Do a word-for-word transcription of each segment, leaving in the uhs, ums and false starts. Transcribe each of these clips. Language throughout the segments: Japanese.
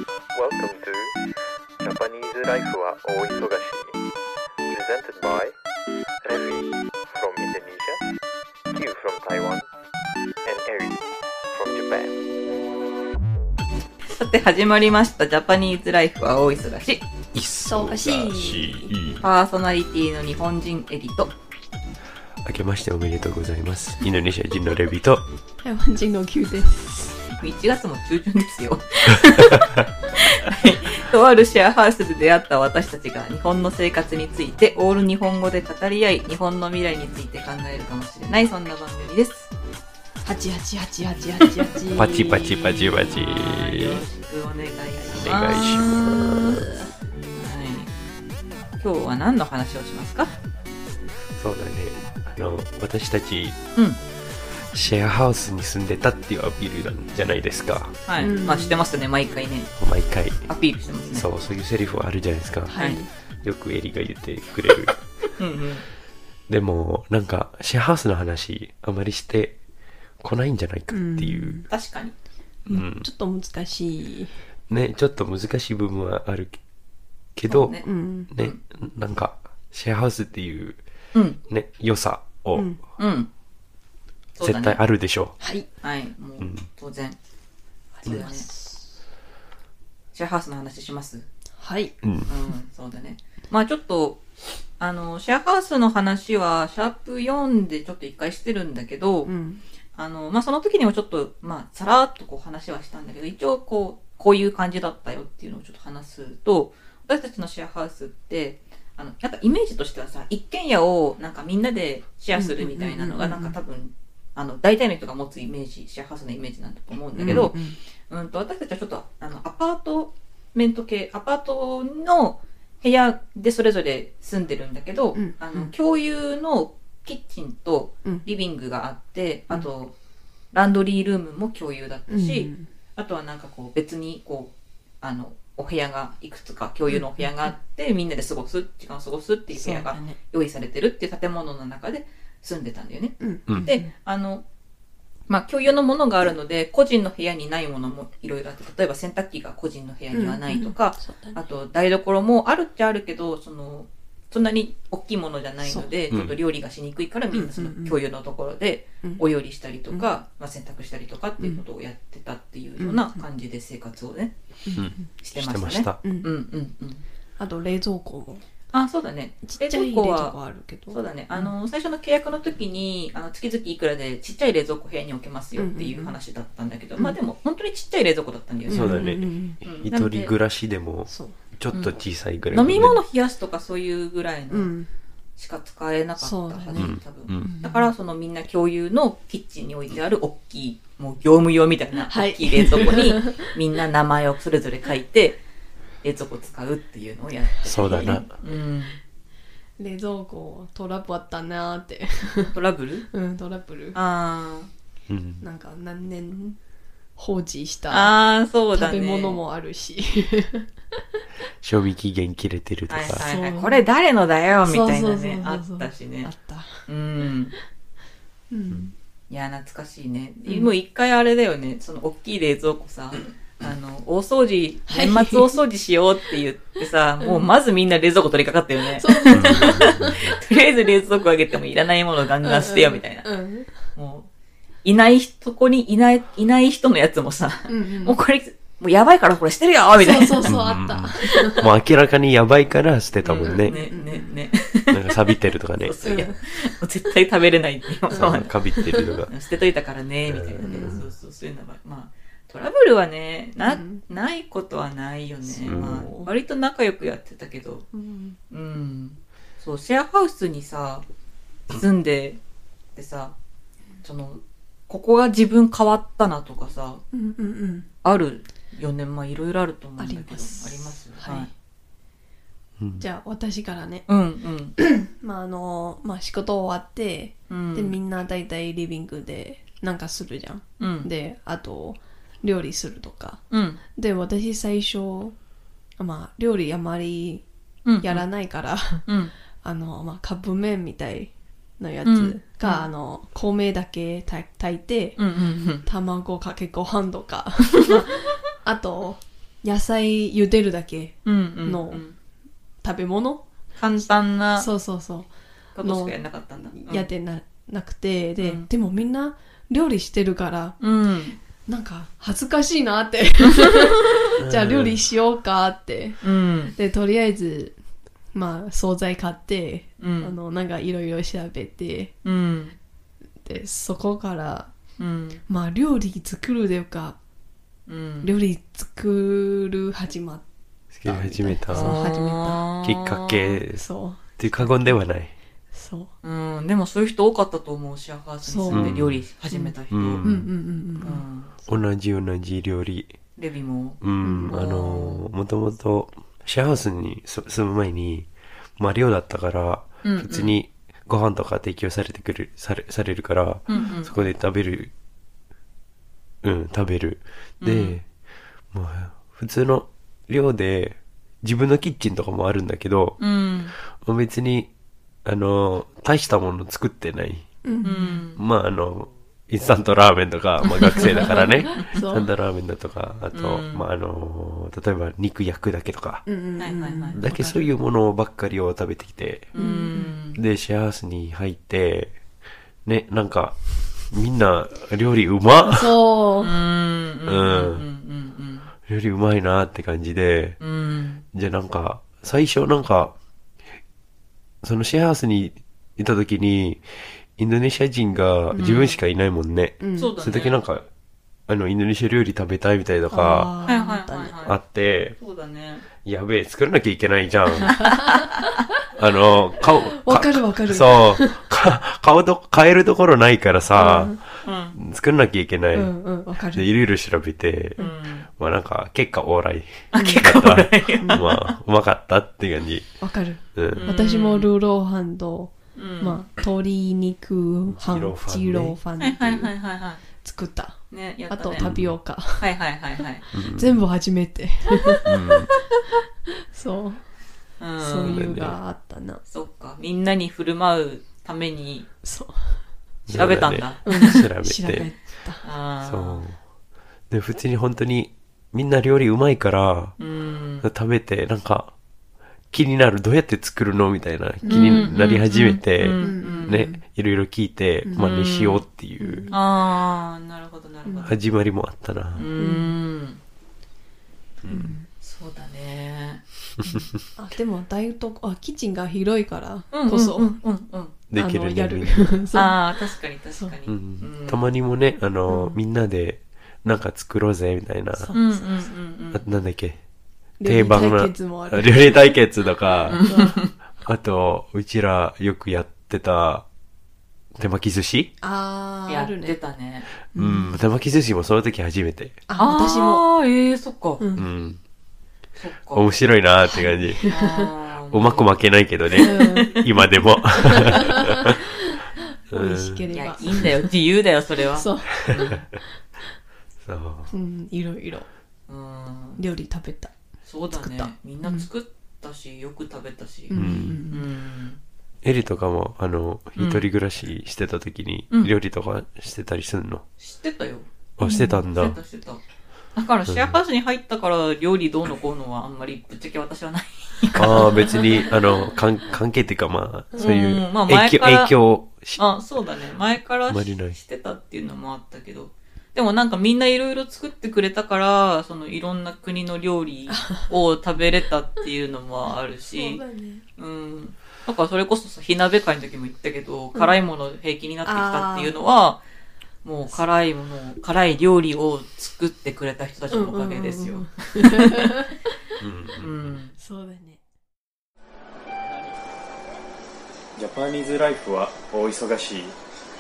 Welcome to Japanese Life は大忙し Presented by Revi from Indonesia, Q from Taiwan, and Eri from Japan. さて始まりましたジャパニーズライフは大忙し。 忙しい。 パーソナリティの日本人エリと明けましておめでとうございます。インドネシア人のレビと台湾人の Q です。 いちがつも中旬ですよ、はい、とあるシェアハウスで出会った私たちが日本の生活についてオール日本語で語り合い、日本の未来について考えるかもしれない、そんな番組です。 はちはちはちはちはちはちパチパチパチパチ、よろしくお願いします。 お願いします、 はい、今日は何の話をしますか？ そうだね、あの私たち、 うんシェアハウスに住んでたっていうアピールなんじゃないですか。 はい、うん、まあしてますね、毎回ね。 毎回アピールしてますね。 そう、そういうセリフあるじゃないですか。 はい。 よくエリが言ってくれる。 うんうん。 でもなんかシェアハウスの話あまりしてこないんじゃないかっていう。うん、 確かに。 うん。ちょっと難しい。 ね、ちょっと難しい部分はあるけど、ね、ね、なんかシェアハウスっていう、うん、ね、良さを。うん。うん絶対あるでしょう。 はい。はい。もう、うん、当然。あります。シェアハウスの話します？ はい。 うん。うん、そうだね。まあちょっと、あの、シェアハウスの話は、シャープよんでちょっと一回してるんだけど、うん、あの、まあその時にもちょっと、まあさらっとこう話はしたんだけど、一応こう、こういう感じだったよっていうのをちょっと話すと、私たちのシェアハウスって、あの、なんかイメージとしてはさ、一軒家をなんかみんなでシェアするみたいなのが、なんか多分、あの大体の人が持つイメージ、シェアハウスのイメージなんだと思うんだけど、うんうんうん、と私たちはちょっとあのアパートメント系、アパートの部屋でそれぞれ住んでるんだけど、うんうん、あの共有のキッチンとリビングがあって、うん、あとランドリールームも共有だったし、うん、あとはなんかこう別にこうあのお部屋がいくつか共有のお部屋があって、うん、みんなで過ごす時間を過ごすっていう部屋が用意されてるっていう建物の中で住んでたんだよね。うん、で、あの、まあ、共有のものがあるので、個人の部屋にないものもいろいろあって、例えば洗濯機が個人の部屋にはないとか、うんうんね、あと台所もあるっちゃあるけど、その、そんなに大きいものじゃないので、ちょっと料理がしにくいからみんなその共有のところでお料理したりとか、うんまあ、洗濯したりとかっていうことをやってたっていうような感じで生活をね、うん、してましたね。してました。うんうんうん。 あと冷蔵庫も。 あ、そうだね。 ちっちゃい冷蔵庫あるけど。 そうだね。あの、うん、最初の契約の時に、あの、月々いくらでちっちゃい冷蔵庫部屋に置けますよっていう話だったんだけど、うんうんうん、まあでも本当にちっちゃい冷蔵庫だったんだよね。 そうだね。うん、一人暮らしでも、ちょっと小さいぐらい、 ねうん。飲み物冷やすとかそういうぐらいのしか使えなかったはず、ね、多分、うん。だからそのみんな共有のキッチンに置いてある大きい、もう業務用みたいな大きい冷蔵庫に、みんな名前をそれぞれ書いて、冷蔵庫使うっていうのをやって、ね。 そうだな。 うん冷蔵庫トラブルあったなーってトラブルうんトラブルああなんか何年放置したあそうだ、ね、 食べ物もあるし賞味期限切れてるとか、 はいはいはい、これ誰のだよみたいなねあったしねあったうん、うん、いや懐かしいね、うん、もう一回あれだよねその大きい冷蔵庫さあの大掃除年末大掃除しようって言ってさ、はい、もうまずみんな冷蔵庫取り掛かったよね、うん、とりあえず冷蔵庫あげてもいらないものガンガン捨てよみたいな、うんうん、もういない人ここにいないいない人のやつもさ、うんうん、もうこれもうやばいからこれ捨てるよみたいなそうそうそうあったもう明らかにやばいから捨てたもんね、 うん、ねねねなんか錆びてるとかねそうそういやもう絶対食べれないっていうかびってるとか捨てといたからねみたいなね、うん、そうそうそういうのはまあトラブルはね な,、うん、ないことはないよね、まあ、割と仲良くやってたけど、うんうん、そうシェアハウスにさ住んでてさそのここが自分変わったなとかさ、うんうんうん、あるよねまあいろいろあると思うんだけどありますありますはい、はいうん、じゃあ私からね、 うんうんまああのまあ仕事終わって、うん、でみんなだいたいリビングでなんかするじゃん、うん、であと料理するとか、うん、で私最初まあ料理あまりやらないから、うんうん、あのまあカップ麺みたいのやつが、うん、あの米だけ炊いて、うんうんうん、卵かけご飯とかあと野菜茹でるだけの食べ物、うんうんうん、 簡単なそうそうそうことしかやんなかったんだ、 やって な, なくてで、うん、でもみんな料理してるから、うん、なんか恥ずかしいなってじゃあ料理しようかって、うん、でとりあえずまあ惣菜買って、うん、あのなんかいろいろ調べて、うん、でそこから、うん、まあ料理作るというか、うん、料理作る始まった始めたそう始めたきっかけそうっていう過言ではないそう、うん、でもそういう人多かったと思う。シェアハウスに住んで料理始めた人、うんうんうんうん、同じ同じ料理レビも、 うん、あのもともとシェアハウスに住む前にまあ寮だったから、うんうん、普通にご飯とか提供されてくるされされるから、うんうん、そこで食べるうん食べるで、うん、まあ普通の寮で自分のキッチンとかもあるんだけど、うん、別にあの大したもの作ってない、うん、まああのインスタントラーメンとか、まあ、学生だからねインスタントラーメンだとかあと、うん、まああの例えば肉焼くだけとか、うん、だけそういうものばっかりを食べてきて、うん、でシェアハウスに入ってねなんかみんな料理うまっそう、うん、料理うまいなって感じで、うん、じゃあなんか最初なんかそのシェアハウスにいた時にインドネシア人が自分しかいないもんね。うん、それだけなんかあのインドネシア料理食べたいみたいとかあって、そうだね。やべえ作らなきゃいけないじゃん。あの顔わかるわかる。 そうか顔と変えるところないからさ、うん、作らなきゃいけない。うんうん、わかる。でいろいろ調べて、うん、まあなんか結果オーライ。 あ結果オーライ。 まあうまかったって感じ。 わかる、うん。私もルーローハンと、うん、まあ鶏肉ハンジローファンっていう作った。ね、やったね。あとタピオカ。 はいはいはいはい。 全部初めて。そう。うん、そういうがあったな。 そっか。みんなに振る舞うためにそう調べたんだ。 うん、調べて。調べた。そう。で普通に本当にみんな料理うまいから、うん、食べてなんか気になるどうやって作るのみたいな気になり始めて、ねいろいろ聞いて真似しようっていう。 うん、ああなるほどなるほど。 始まりもあったな。うん。 うん、そうだね。 あでもだいぶとあキッチンが広いからこそ、うんうんうん、 できるね。 やるああ確かに確かに、 うんうん、たまにもねあの、うん、みんなでなんか作ろうぜみたいな、うんうんうんうん、なんだっけ定番な料理対決とかあとうちらよくやってた手巻き寿司ああやってたね。 うん、手巻き寿司もその時初めて。 あ私もあええー、そっか。うん。 うん面白いなーって感じ。うまく負けないけどね。うん、今でも。 美味しければ。いや、いいんだよ。自由だよ、それは。そう。 そう。 うん、いろいろ。うん。料理食べた。 そうだね。みんな作ったし、うん、よく食べたし。うん。うん、 エリとかも、あの、一人暮らししてた時に、料理とかしてたりするの？ してたよ。 あ、してたんだ。 してたしてた。だからシェアハウスに入ったから料理どうのこうのはあんまりぶっちゃけ私はないから。 ああ、別に、あの、関係っていうかまあ、そういう影響、影響し。あ、そうだね。前からしてたっていうのもあったけど。でもなんかみんないろいろ作ってくれたから、そのいろんな国の料理を食べれたっていうのもあるし。そうだね。うん。だからそれこそさ、火鍋会の時も言ったけど、うん、辛いもの平気になってきたっていうのは、もう辛いもの、辛い料理を作ってくれた人たちのおかげですよ。 そうだね。 ジャパニーズライフは大忙しい。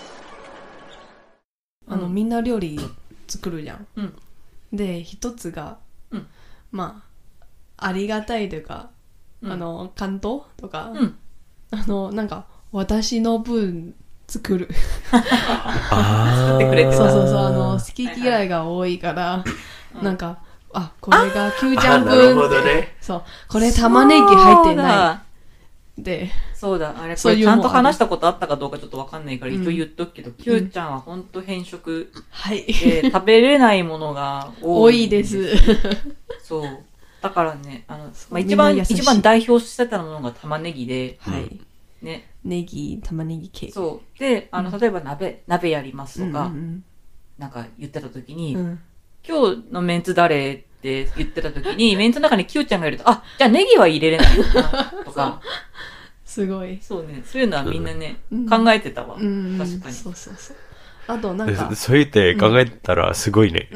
あの、みんな料理作るじゃん。うん、で、一つが、うん、まあ、ありがたいというか、うん、あの、感動とか、うん、あの、なんか、私の分、作る作ってくれてた。 そうそうそうあの好き嫌いが多いから、はいはい、なんかあこれがキューちゃん分って、ね、そうこれ玉ねぎ入ってないでそうだあれこれちゃんと話したことあったかどうかちょっとわかんないから一応言っとくけど、うん、キューちゃんは本当偏食で、はい、食べれないものが多い多いです。 そそう。だからね、あの、まあ、一番、一番代表してたものが玉ねぎで、 はい。 ね。 ネギ、玉ねぎ系。 そう。で、あの、例えば鍋、鍋やりますとか、 うんうん、 なんか言ってた時に、 うん、 今日のメンツ誰って言ってた時に、メンツの中にキューちゃんがいると、あ、じゃあネギは入れれないのかなとか。 すごい。 そうね。そういうのはみんなね、うん、考えてたわ。うん、確かに。 そうそうそう。あとなんか。 そう言って考えたらすごいね。 うん。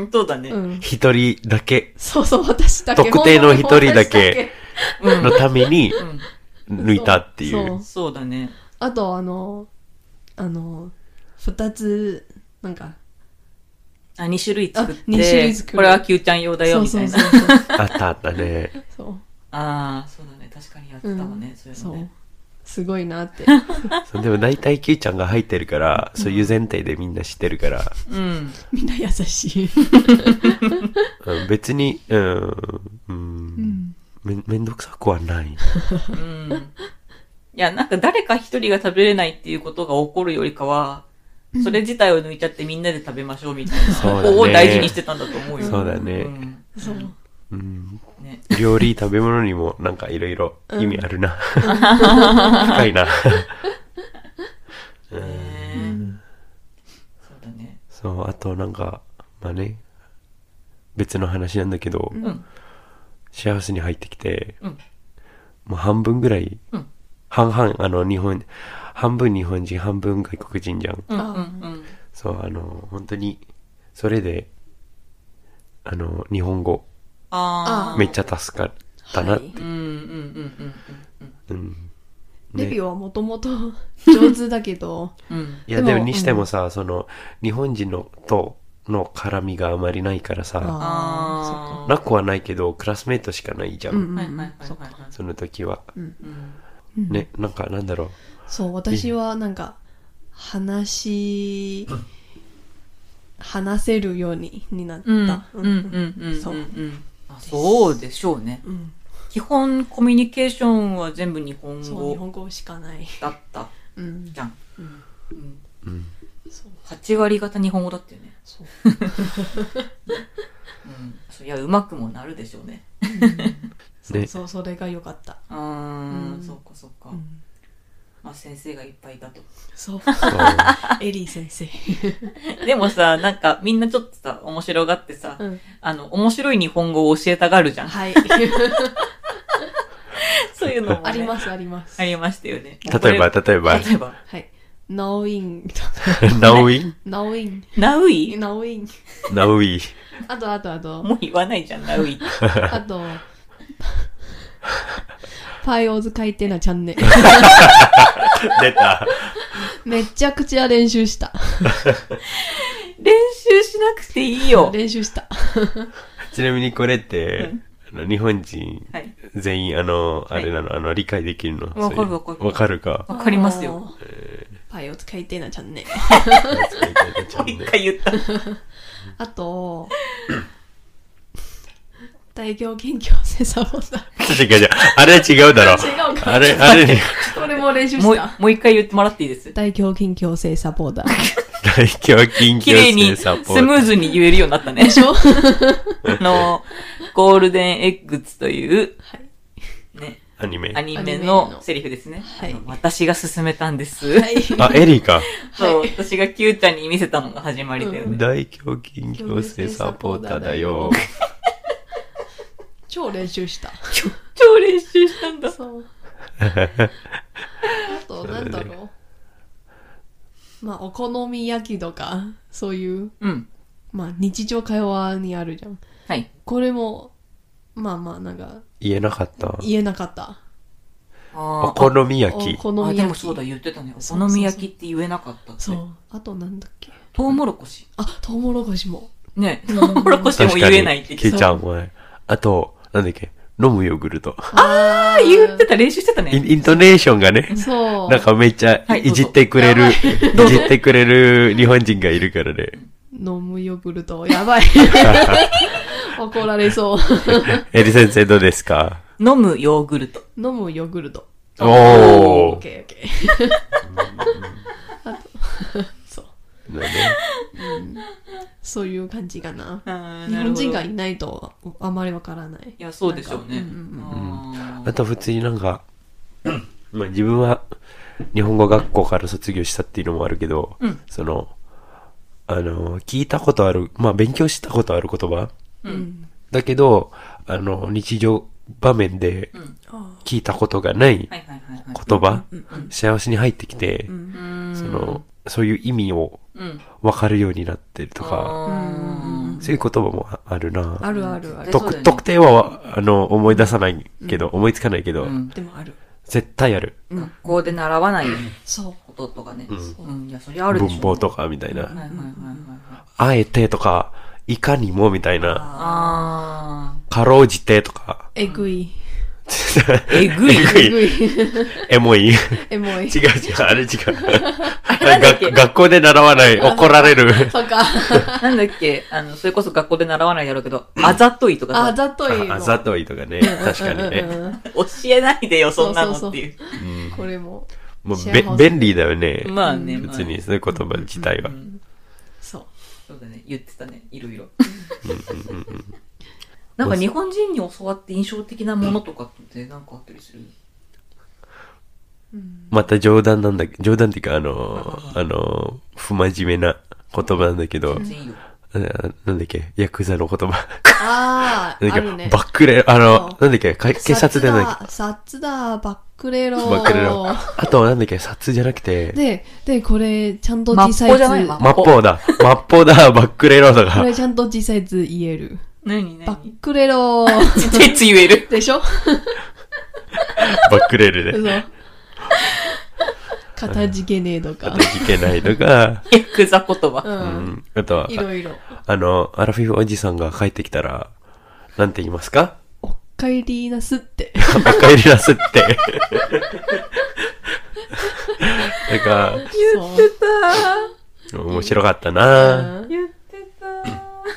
そうだね。 一、うん、人だけ。 そうそう、私だけ。 特定の一人だけのために抜いたっていう。 そうそう、そうだね。 あとあの、あの、二つ、なんか、 あ、二種類作って。 二種類作る。 これはキューちゃん用だよ、みたいな。そうそうそうあったあったね。 そう。 ああ、そうだね。確かにやってたわね、うん、そういうのね。そう。 すごいなって。 そうでも大体キューちゃんが入ってるから、そういう前提でみんな知ってるから。 うん。 みんな優しい。 うん、別に、うん、うん、め、めんどくさくはない。 うん。いや、なんか誰か一人が食べれないっていうことが起こるよりかは、それ自体を抜いちゃってみんなで食べましょうみたいな方を大事にしてたんだと思うよ。 そうだね。 うん、 そう。 うん、ね、料理食べ物にもなんかいろいろ意味あるな。うん、深いな。 うん、そうだね。 そう、あとなんか、まあね、別の話なんだけど、うん、シェアハウスに入ってきて、うん、もう半分ぐらい、うん、半々、あの、日本、半分日本人、半分外国人じゃん。 うんうんうん、 そう、あの、本当に、それで、あの、日本語、 あめっちゃ助かったなって。はい、 うんうんうんうんうん。 レビューはもともと上手だけど、 うん、いやでもにしてもさ、うん、その日本人のとの絡みがあまりないからさ、 あなくはないけどクラスメートしかないじゃん。 うんうんうん、 その時は、 うんうん、ね、なんかなんだろう。 そう私はなんか話話せるようにになった。うんうんうんうんそう。あ、そうでしょうね。うん、基本コミュニケーションは全部日本語。 そう日本語しかないだった、うん、じゃん。 うんうんうん、 そうはち割方日本語だったよね。 そう。 うん、そういやうまくもなるでしょうね。 うん、そうそうそれが良かった。 あー、うん、そうかそうか。うん、まあ先生がいっぱいいたと。 そう。エリー先生。 でもさ、なんかみんなちょっとさ、面白がってさ、うん、あの、面白い日本語を教えたがるじゃん。 はい。 そういうのも、ね、 ありますあります。 ありましたよね。 例えば、例えば。 例えば。 はい。ナウイン。 ナウインナウイン。 ナウイナウイン。 ナウイ。 あとあとあと。 もう言わないじゃん、ナウイ。 あと、パイオーズ書いてなチャンネル。 出た。 めちゃくちゃ練習した。 練習しなくていいよ。 練習した。 ちなみにこれって、うん、あの日本人、はい、全員あの、あれなの、はい、あの理解できるの。 わかるわかる。 わかるか。 わかりますよ。 えー、パイオーズ書いてなチャンネル。 もう一回言った。 あと、大行研究生サボタ。 違う違う。あれは違うだろ。 違うか。 あれ、あれに。 これも練習した。 もう一回言ってもらっていいです。 大胸筋矯正サポーター。 大胸筋矯正サポーター。 綺麗にスムーズに言えるようになったね。 でしょあの、ゴールデンエッグツという、 はい、 ね。 アニメ。 アニメのセリフですね。 はい。 私が勧めたんです。 はい。 あ、エリーか。 そう、はい、私がキューちゃんに見せたのが始まりだよね。うん、 大胸筋矯正サポーターだよ。 超練習した。 超、超練習したんだ。 そう。あと、なんだろう。まあ、お好み焼きとか、そういう、 うん、 まあ、日常会話にあるじゃん。 はい。 これも、まあまあ、なんか、 言えなかった。 言えなかった。 あお好み焼き。 お好み焼き。 あ、でもそうだ、言ってたね。お好み焼きって言えなかったって。 そう。あと、なんだっけ。 トウモロコシ。 あ、トウモロコシも。 ね、トウモロコシも言えないって言ってた。ケイちゃんもね。あと、なんだっけ。飲むヨーグルト。 ああ、言ってた、練習してたね。 イントネーションがね。 そう。 なんかめっちゃいじってくれる、はい、いじってくれる日本人がいるからね。 飲むヨーグルト、やばい。怒られそう。 エリ先生どうですか？ 飲むヨーグルト。 飲むヨーグルト。 おー。オッケーオッケー。あと、そう。 だね。 うん。 そういう感じかな。日本人がいないとあまりわからない。 いや、そうでしょうね。うんうんうん、あと普通になんか、まあ自分は日本語学校から卒業したっていうのもあるけど、うん、その、あの、聞いたことある、まあ勉強したことある言葉、うん、だけど、あの、日常場面で聞いたことがない言葉、幸せに入ってきて、うん、その、そういう意味を分かるようになってるとか、うん、そういう言葉もあるな。 あるあるある。 特、ね、特定は、あの、思い出さないけど、うん、思いつかないけど、 うん、でもある。 絶対ある。 学校で習わないこととかね。 うん。 いや、そりゃあるでしょ、ね。 文法とかみたいな。はいはいはいはい。あえてとか、いかにもみたいな。ああ。かろうじてとか。 えぐい。 えぐい。 えぐい。エモい。 エモい。 違う違う、あれ違う。学校で習わない、怒られる。 そうか。 なんだっけ、あの、それこそ学校で習わないやろうけど、あざといとかさ。 あざとい。 あざといとかね。確かにね。 教えないでよ、そんなのっていう。 これも。 もう、べ、便利だよね。 まあね。 普通に、そういう言葉自体は。 そう。 そうだね、言ってたね、いろいろ。なんか日本人に教わって印象的なものとかって何かあったりする？ また冗談なんだけど、冗談っていうかあの、あの、不真面目な言葉なんだけど、なんだっけ、ヤクザの言葉。 ああ、あるね。 バックレロ、あの、なんだっけ、警察でなんだっけ。 札だ、バックレロ。 バックレロ。あと、なんだっけ、札じゃなくて。 で、で、これ、ちゃんと小さい図。 マッポーだ。マッポーだ、バックレロだから。 これちゃんと小さい図言える。 何何バックレロー。ちっちゃいつ言える。 でしょバックレルで。 そう。かたじけねえとか。 かたじけないとか。 ヤクザ言葉。 うん。 うん、あとは、 いろいろ。 あの、アラフィフおじさんが帰ってきたら、なんて言いますか？ おっかえりなすって。 おっかえりなすって。なんか、 言ってた。面白かったな、 うん、言ってた。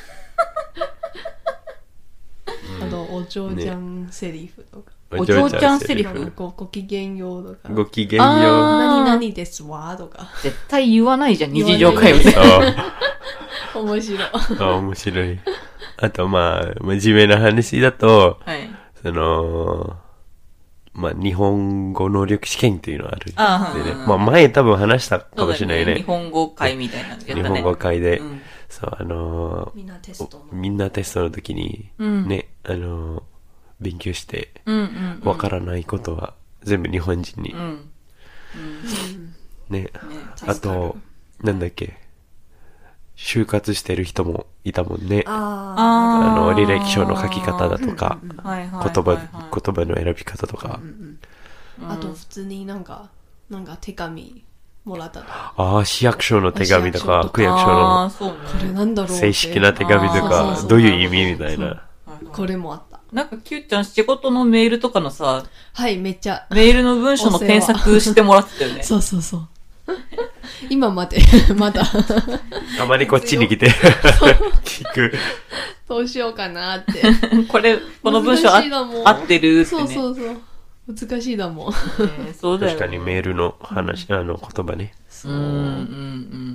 あと、お嬢ちゃんセリフとか。 お嬢ちゃんセリフご、ごきげんようとか。 ごきげんよう。 何々ですわとか。 絶対言わないじゃん、日常会話で。 面白い。 あ、面白い。あと、まあ、真面目な話だと、 はい、 その、まあ、日本語能力試験っていうのがあるんでね。あまあ、前多分話したかもしれないね。 ね日本語会みたいなやつ、ね。 日本語会で、 うん、 そう、あのー、 みんなテストの。 みんなテストの時に、うん、ね、あのー、勉強して、 うんうんうん、 わからないことは全部日本人に。 うんうん、 ね、ねあと、なんだっけ、就活してる人もいたもんね。 ああの、履歴書の書き方だとか、言葉、言葉の選び方とか。 うんうん、あと、普通になんか、なんか手紙もらったとか。 ああ、市役所の手紙とか、区役所の、 これなんだろう正式な手紙とか、どういう意味みたいな。 これもあった。 なんか、キューちゃん仕事のメールとかのさ、 はい、めっちゃ。 メールの文章の添削してもらってたよね。 そうそうそう。今まで、まだ。 たまにこっちに来て、聞く。 どうしようかなって。 これ、この文章あ合ってるってね。 そうそうそう。難しいだもん。 えー、そうだよ、ね。 確かにメールの話、あの言葉ね。 そう。うんうんうん、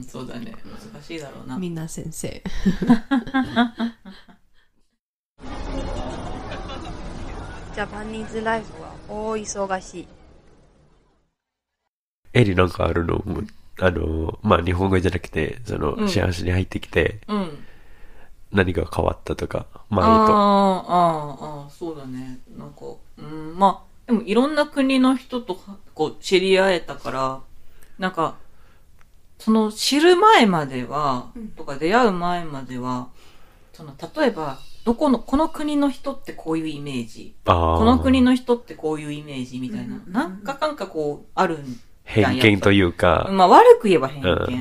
そうだね。難しいだろうな。 みんな先生。 ジャパニーズライフは大忙しい。 エリなんかあるの、あの、まあ、日本語じゃなくて、その、うん、幸せに入ってきて、 うん、 何が変わったとか、前と。ああ、ああ、そうだね。なんか、うん、まあ、でもいろんな国の人とこう知り合えたから、なんか、その知る前までは、うん、とか出会う前までは、その、例えば、どこの、この国の人ってこういうイメージ。この国の人ってこういうイメージみたいな。うん、なんかかんかこう、あるん偏見というか。 まあ悪く言えば偏見、うんうん。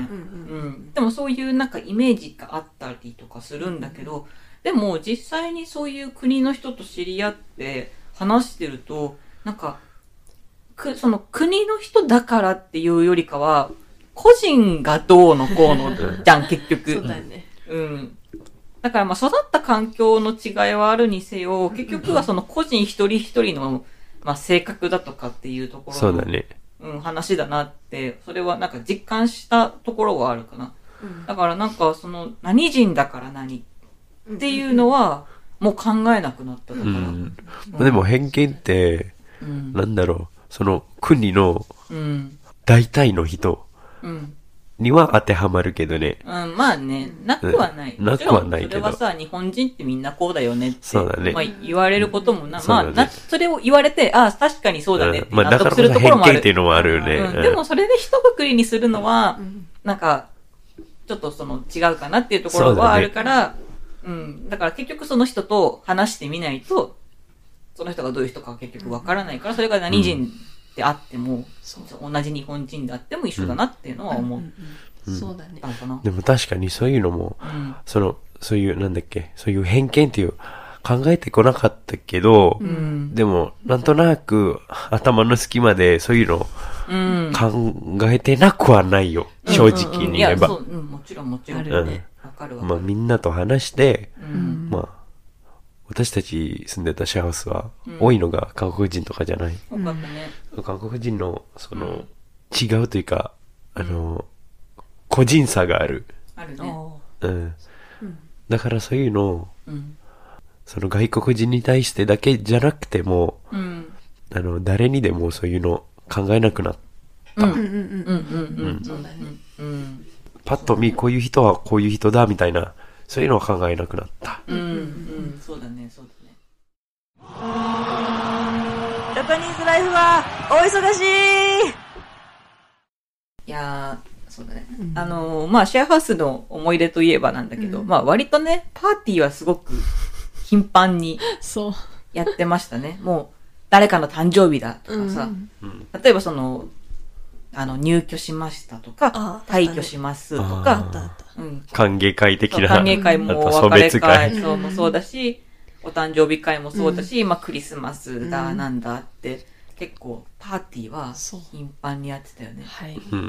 でもそういうなんかイメージがあったりとかするんだけど、でも実際にそういう国の人と知り合って話してると、なんか、くその国の人だからっていうよりかは、個人がどうのこうのじゃん、結局。 そうだよね。 うん。だからまあ育った環境の違いはあるにせよ、結局はその個人一人一人の、まあ、性格だとかっていうところの、 そうだね。 うん、話だなって、それはなんか実感したところはあるかな。 だからなんかその何人だから何っていうのはもう考えなくなっただから、 うんうん、でも偏見って、うん、なんだろうその国の大体の人には当てはまるけどね、 うん、まあねなくはない、 うん、なくはないけどそれはさ日本人ってみんなこうだよねってそうだね、 まあ、言われることもな、うん、まあ、 ね、 なそれを言われてああ確かにそうだねって納得するところもある、まあ、だから偏見っていうのもあるよね、 うん、でもそれで一括りにするのは、うん、なんかちょっとその違うかなっていうところはあるから、う, ね、うん、だから結局その人と話してみないとその人がどういう人か結局わからないから、それが何人であっても、うん、同じ日本人であっても一緒だなっていうのは思う、うんうん、そうだね。 でも確かにそういうのも、うん、そのそういうなんだっけそういう偏見っていう考えてこなかったけど、うん、でもなんとなく頭の隙間でそういうの考えてなくはないよ、うん、正直に言えば、 うんうんうん、いやそう、うん、もちろんもちろん、 うん、わかるわかる、まあ、みんなと話して、うん、まあ私たち住んでたシェアハウスは、うん、多いのが韓国人とかじゃない、 うん、 韓国人のその、うん、違うというかあの個人差があるあるね、 うん、だからそういうのを、うんその外国人に対してだけじゃなくても、うん、あの誰にでもそういうの考えなくなった。うんうんうんうんうんそうだね。うん。パッと見こういう人はこういう人だみたいなそういうのは考えなくなった。 うんうんそうだねそうだね。 ジャパニーズライフはお忙しい。 いやーそうだね。うん、あのまあシェアハウスの思い出といえばなんだけど、うん、まあ割とねパーティーはすごく頻繁にやってましたね。もう誰かの誕生日だとかさ、うん、例えばそのあの入居しましたとか退居しますとか、 うん、歓迎会的な歓迎会もお別れ会そうもそうだし、お誕生日会もそうだし、うん、まあクリスマスだなんだって、うん、結構パーティーは頻繁にやってたよね。 はい。うん。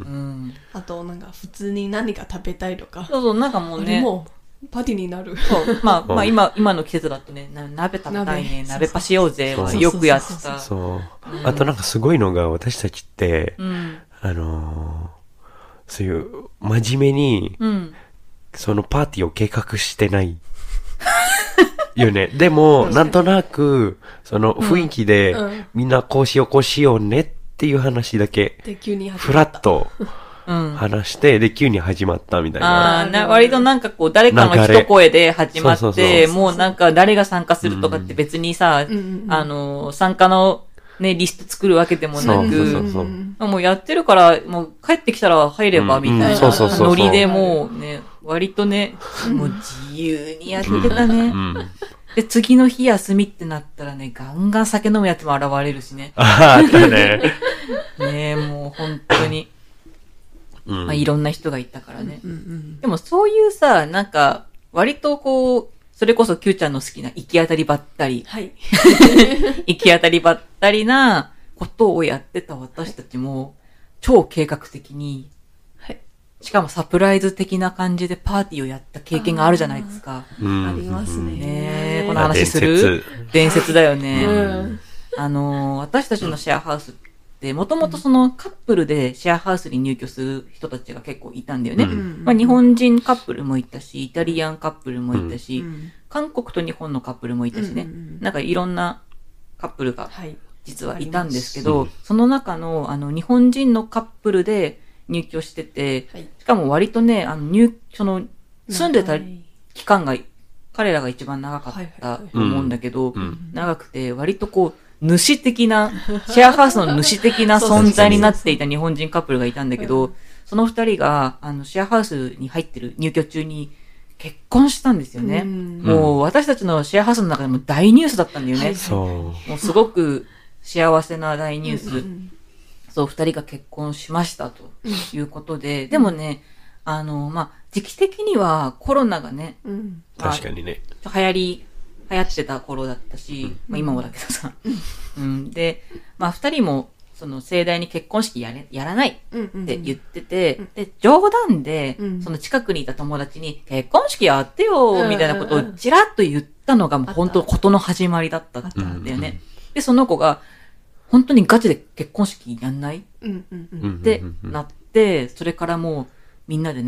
あとなんか普通に何か食べたいとか。 そうそうなんかもうね。 パーティーになる。 そう。まあ、まあ今、今の季節だとね、鍋食べたいね、鍋パしようぜはよくやってた。 そう。あとなんかすごいのが私たちって、うん、あのー、そういう真面目に、うん、そのパーティーを計画してない。よね。でも、なんとなく、その雰囲気で、うんうん、みんなこうしようこうしようねっていう話だけ、 で急に始まったフラッと。話して、で、急に始まったみたいな。 ああ、割となんかこう、誰かの一声で始まって、そうそうそうもうなんか誰が参加するとかって別にさ、うん、あの、参加のね、リスト作るわけでもなく、そうそうそうもうやってるから、もう帰ってきたら入ればみたいなノリでもうね、割とね、もう自由にやってたね。うんうんで、次の日休みってなったらね、ガンガン酒飲むやつも現れるしね。 ああ、あったね。 ねえ、もう本当に。うんまあ、いろんな人がいたからね、うんうんうん。でもそういうさ、なんか、割とこう、それこそ Q ちゃんの好きな行き当たりばったり。はい。行き当たりばったりなことをやってた私たちも、超計画的に、はい。しかもサプライズ的な感じでパーティーをやった経験があるじゃないですか。 あ, ありますね。 ねこの話する伝説だよね。うん、あの、私たちのシェアハウスって、で、もともとそのカップルでシェアハウスに入居する人たちが結構いたんだよね。うん、まあ、日本人カップルもいたし、イタリアンカップルもいたし、うん、韓国と日本のカップルもいたしね。うん、なんかいろんなカップルが実はいたんですけど、はい、その中のあの日本人のカップルで入居してて、はい、しかも割とね、あの入、その住んでた期間が彼らが一番長かったと思うんだけど、長くて割とこう、主的な、シェアハウスの主的な存在になっていた日本人カップルがいたんだけど、その二人が、あの、シェアハウスに入ってる入居中に結婚したんですよね。うん、もう私たちのシェアハウスの中でも大ニュースだったんだよね。そう。もうすごく幸せな大ニュース。うん、そう、二人が結婚しましたということで、うん、でもね、あの、まあ、時期的にはコロナがね、うん、 確かにね。 流行り、流行ってた頃だったし、うん、まあ今もだけどさ。うん、で、まあ二人も、その盛大に結婚式やれ、やらないって言ってて、うんうんうん、で、冗談で、うん、その近くにいた友達に、結婚式やってよみたいなことをちらっと言ったのが、もう本当事の始まりだったんだよね。で、その子が、本当にガチで結婚式やんない、うんうんうん、ってなって、それからもうみんなでね、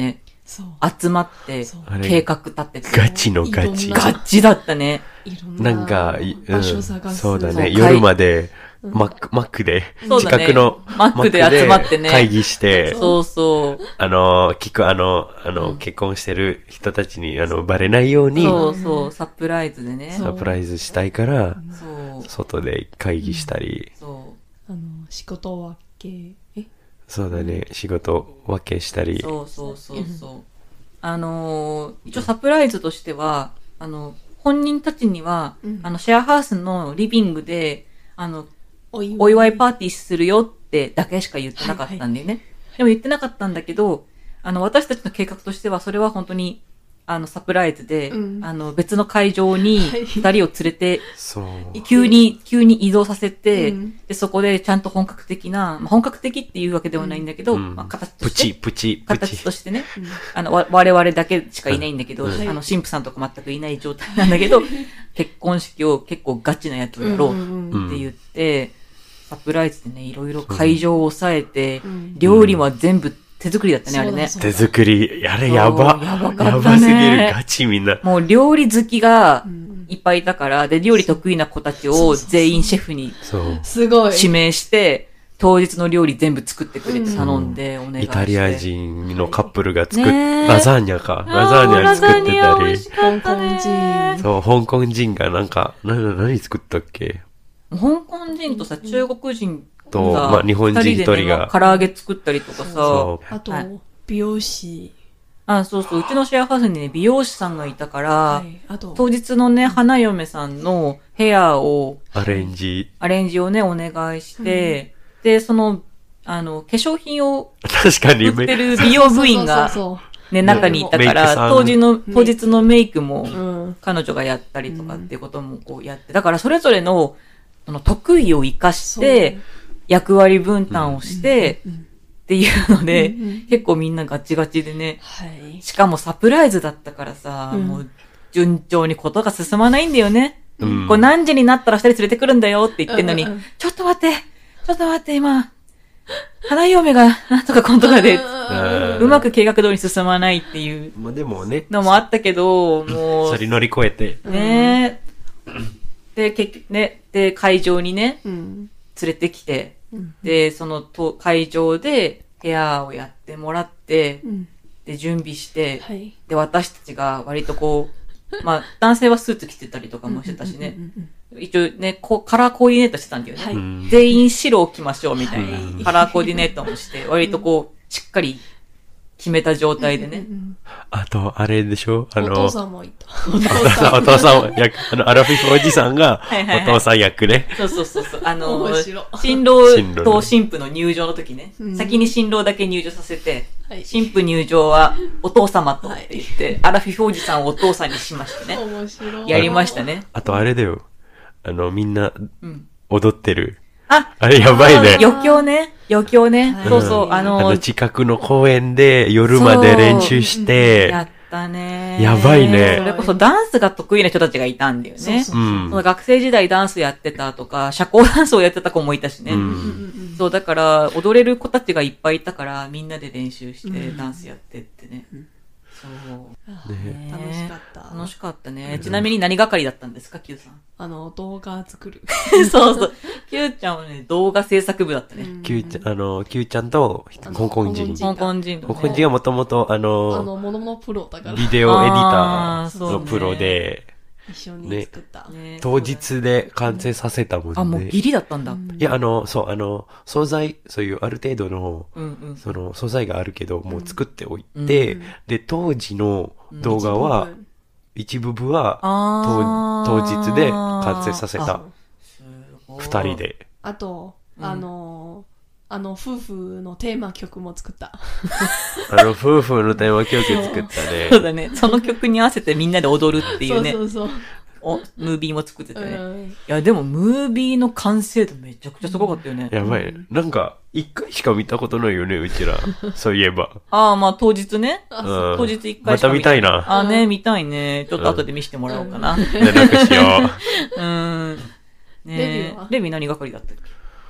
集まって計画立てて。 ガチのガチ。 ガチだったね。 なんか、うん、そうだね。夜まで、マック、マックで、近くのマックで集まってね。 会議して、 そうそう。 あの、聞く、あの、あの、結婚してる人たちに、あの、バレないように、 そうそう、サプライズでね。 サプライズしたいから、外で会議したり。 そう。あの、仕事分け、えそうだね、仕事分けしたり。 そうそうそうそう。あの、一応サプライズとしては、あの、本人たちには、あの、シェアハウスのリビングで、あの、お祝いパーティーするよってだけしか言ってなかったんだよね。はいはい、でも言ってなかったんだけど、あの、私たちの計画としては、それは本当に、あの、サプライズで、うん、あの、別の会場に二人を連れて、はい、急に、急に移動させて、うん、で、そこでちゃんと本格的な、まあ、本格的っていうわけではないんだけど、うん、まあ、形として、 プチ、プチ、 形としてね、うん、あの、我々だけしかいないんだけど、うん、あの、神父さんとか全くいない状態なんだけど、結婚式を結構ガチなやつをやろうって言って、サプライズでね、いろいろ会場を抑えて、うん、料理は全部手作りだったね、うん、あれね。 手作り、あれやば。 やばかったね。 やばすぎる、ガチみんな。 もう料理好きがいっぱいいたから、で、料理得意な子たちを全員シェフに指名して、当日の料理全部作ってくれて頼んで、お願いして。 イタリア人のカップルが作っ、ね、ラザーニャか。ラザーニャ作ってたり。 香港人。 そう、香港人がなんか、な、何作ったっけ？ 香港人とさ、中国人と、まあ、日本人一人が。 唐揚げ作ったりとかさ。 あと、はい、美容師。 あ、そうそう。うちのシェアハウスにね、美容師さんがいたから、はい、あと当日のね、花嫁さんのヘアを、 アレンジ。 アレンジをね、お願いして、うん、で、その、あの、化粧品を、 確かに、 売ってる美容部員が、ね、中にいたから、当時の、当日のメイクも、彼女がやったりとかっていうこともこうやって、だからそれぞれの、その得意を活かして、役割分担をして、っていうので、結構みんなガチガチでね、しかもサプライズだったからさ、もう順調にことが進まないんだよね。こう何時になったら二人連れてくるんだよって言ってんのに、ちょっと待って、ちょっと待って今、花嫁がなんとかこんとかで、うまく計画通りに進まないっていうのもあったけど、もう、 それ乗り越えて。 ねで、結局ね、で、会場にね、うん、連れてきて、うん、で、そのと会場でヘアをやってもらって、うん、で、準備して、はい、で、私たちが割とこう、まあ、男性はスーツ着てたりとかもしてたしね、一応ね、こうカラーコーディネートしてたんだよね。はい、全員白を着ましょうみたいな、はい、カラーコーディネートもして、割とこう、しっかり、決めた状態でね。うんうん、 あと、あれでしょあの、 お父さんもいた。 お父さん、お父さん役、あの、アラフィフおじさんが、お父さん役ね。 そうそうそうそう。あの、新郎と新婦の入場の時ね、うん、先に新郎だけ入場させて、はい、新婦入場はお父様とって言って、はい、アラフィフおじさんをお父さんにしましてね。面白い。やりましたね。 あとあれだよ。あの、みんな、踊ってる。あ、あれやばいね。 余興ね。余興ね。はい、そうそう。あのー、 あの近くの公園で夜まで練習して。 やったね。 やばいね。 それこそダンスが得意な人たちがいたんだよね。そうそうそう、うん、その学生時代ダンスやってたとか、社交ダンスをやってた子もいたしね。うん、そう、だから踊れる子たちがいっぱいいたから、みんなで練習してダンスやってってね。うん、そう、 ね。楽しかった。 楽しかったね。ちなみに何係だったんですか、Q さん。 あの、動画作る。 そうそう。Q ちゃんはね、動画制作部だったね。 Q ちゃん、あの、Q ちゃんと、香港人。 香港人。 香港人はもともと、あの、 あの、もののプロだから。 ビデオエディターのプロで、 一緒に作った。 ね、当日で完成させたもんね。 あ、もうギリだったんだ。 いや、あの、そう、あの、素材、そういうある程度の、うんうん、その、素材があるけど、もう作っておいて、うん、で、当時の動画は、うん一部分は当日で完成させた二人で。 あと、あの、あの夫婦のテーマ曲も作った。 あの夫婦のテーマ曲作ったね。 そうだね。その曲に合わせてみんなで踊るっていうね。そうそうそう。お、ムービーも作ってたね。うん、いや、でも、ムービーの完成度めちゃくちゃすごかったよね。 やばいね。なんか、一回しか見たことないよね、うちら。そういえば。 ああ、まあ、当日ね。うん、当日一回しか見た。 また見たいな。 ああね、見たいね。ちょっと後で見せてもらおうかな。 連絡しよう。うん。ねレビはレビ何係だったっけ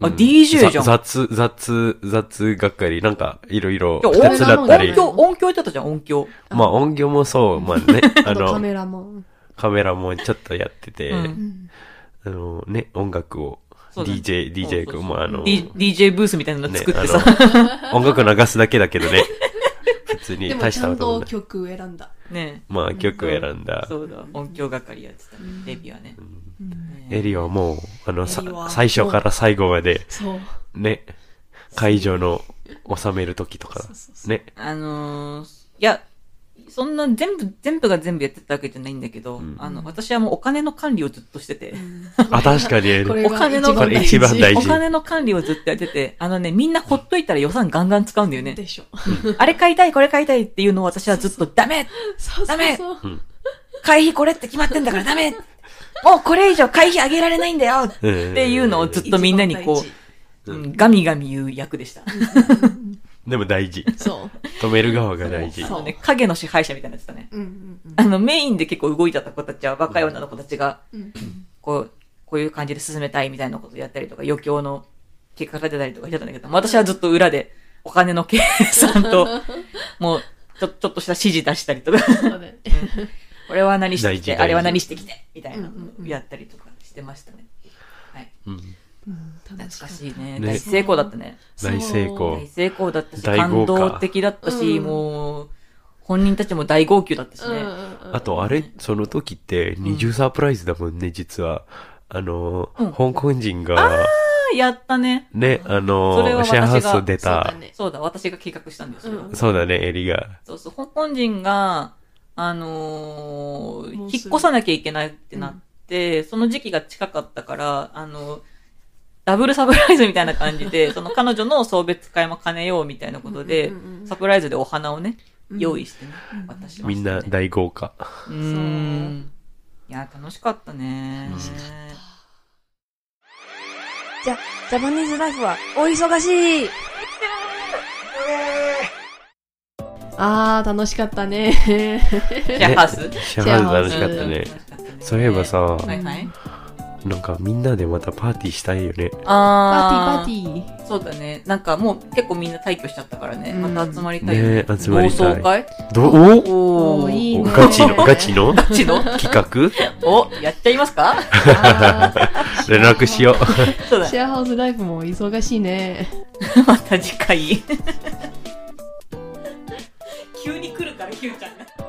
あ、ディージェー じゃん。 雑、雑、雑係。なんか、いろいろ手伝ったり。 音響、音響やってたじゃん、音響。 まあ音響もそう、まあね。 あの、カメラも。 カメラもちょっとやってて、うん、あのね、音楽を、ディージェー、ディージェー 君もあの、 ディージェー ブースみたいなの作ってさ。 ね、音楽流すだけだけどね。普通に大したことない。でもちゃんと曲選んだ。 ね。 まあ曲選んだ。 そうだ、音響係やってたね、レビはね。 エリはもう、あの、最初から最後まで、ね、会場の収めるときとか、ね。 あのー、いや、そんな全部、全部が全部やってたわけじゃないんだけど、うん、あの、私はもうお金の管理をずっとしてて。 あ、確かに。 お金のこれ一番大事。 お金の管理をずっとやってて、あのね、みんなほっといたら予算ガンガン使うんだよね。 でしょ。 あれ買いたい、これ買いたいっていうのを私はずっとダメダメ会費これって決まってんだからダメもうこれ以上会費上げられないんだよっていうのをずっとみんなにこう、うん、ガミガミ言う役でした。 でも大事。 そう。 止める側が大事。 そうね、影の支配者みたいなやつだね。うんうんうん、あの、メインで結構動いてた子たちは、若い女の子たちが、うん、こう、こういう感じで進めたいみたいなことをやったりとか、余興の結果が出たりとかしてたんだけど、私はずっと裏で、お金の計算と、もう、ちょ、ちょっとした指示出したりとか。そうね。これは何してきて、あれは何してきて、みたいなのをやったりとかしてましたね。はい。うんうん、懐かしいね。大成功だったね。 大成功。 大成功だったし、感動的だったし、うん、もう、本人たちも大号泣だったしね。 あと、あれ、その時って二重サプライズだもんね、実は。あの、うん、香港人が、 あー、やったね。 ね、あの、シェアハウス出た。 そうだね。そうだ、私が計画したんですよ。 うん、そうだね、エリが。 そうそう、香港人が、あのー、引っ越さなきゃいけないってなって、うん、その時期が近かったから、あの、ダブルサプライズみたいな感じで、その彼女の送別会も兼ねようみたいなことで、うんうんうん、サプライズでお花をね、うん、用意してね、渡しましたね。 みんな大豪華。 うーん。いや、楽しかったね。楽しかった。 じゃ、ジャパニーズライフはお忙しい。 あー、楽しかったね。 シェアハウスシェアハウス楽しかったね。そういえばさ、はいはい、なんかみんなでまたパーティーしたいよね。 あー。 パーティーパーティー。 そうだね。なんかもう結構みんな退去しちゃったからね。うん、また集まりたい。 ね、集まりたい。 同窓会どうおおー、いいね。 ガチのガチのガチの企画お、やっちゃいますか連絡しよう。 そうだ。シェアハウスライフも忙しいね。 また次回。急に来るから、キューちゃんが。